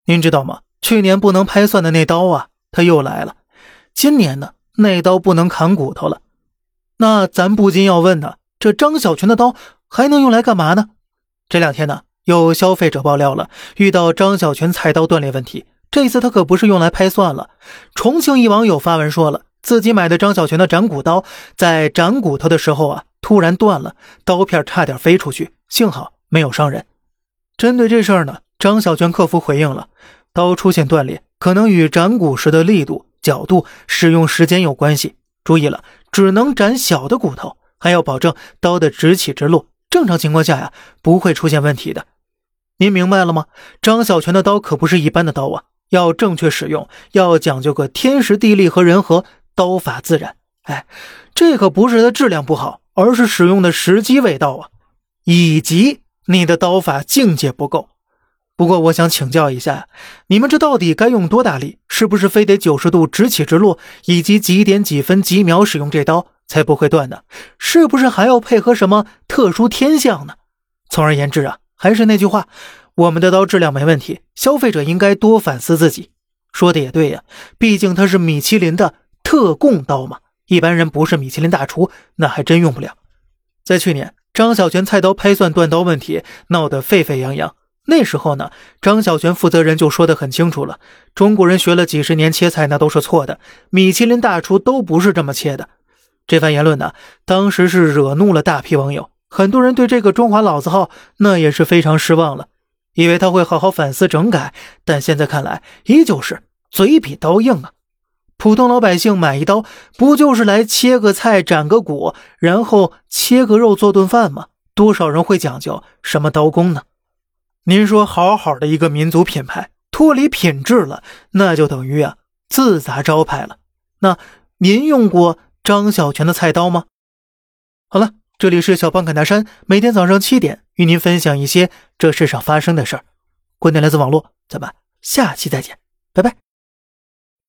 您知道吗？去年不能拍蒜的那刀啊，它又来了。今年呢，那刀不能砍骨头了。那咱不禁要问呢，这张小泉的刀还能用来干嘛呢？这两天呢，有消费者爆料了，遇到张小泉菜刀断裂问题，这次他可不是用来拍蒜了。重庆一网友发文说了，自己买的张小泉的斩骨刀在斩骨头的时候啊，突然断了，刀片差点飞出去，幸好没有伤人。针对这事儿呢，张小泉客服回应了，刀出现断裂可能与斩骨时的力度、角度、使用时间有关系。注意了，只能斩小的骨头，还要保证刀的直起直落，正常情况下呀，不会出现问题的。您明白了吗？张小泉的刀可不是一般的刀啊，要正确使用，要讲究个天时地利和人和，刀法自然。这可不是它质量不好，而是使用的时机未到啊，以及你的刀法境界不够。不过我想请教一下，你们这到底该用多大力？是不是非得90度直起直落，以及几点几分几秒使用这刀才不会断呢？是不是还要配合什么特殊天象呢？总而言之啊，还是那句话，我们的刀质量没问题，消费者应该多反思自己。说的也对呀，毕竟它是米其林的特供刀嘛，一般人不是米其林大厨，那还真用不了。在去年，张小泉菜刀拍蒜断刀问题闹得沸沸扬扬。那时候呢，张小泉负责人就说得很清楚了，中国人学了几十年切菜那都是错的，米其林大厨都不是这么切的。这番言论呢，当时是惹怒了大批网友，很多人对这个中华老字号那也是非常失望了，以为他会好好反思整改，但现在看来依旧是嘴比刀硬啊。普通老百姓买一刀不就是来切个菜斩个骨，然后切个肉做顿饭吗？多少人会讲究什么刀工呢？您说好好的一个民族品牌脱离品质了，那就等于自砸招牌了。那您用过张小泉的菜刀吗？好了，这里是小胖侃大山，每天早上7点与您分享一些这世上发生的事儿。观点来自网络，咱们下期再见，拜拜。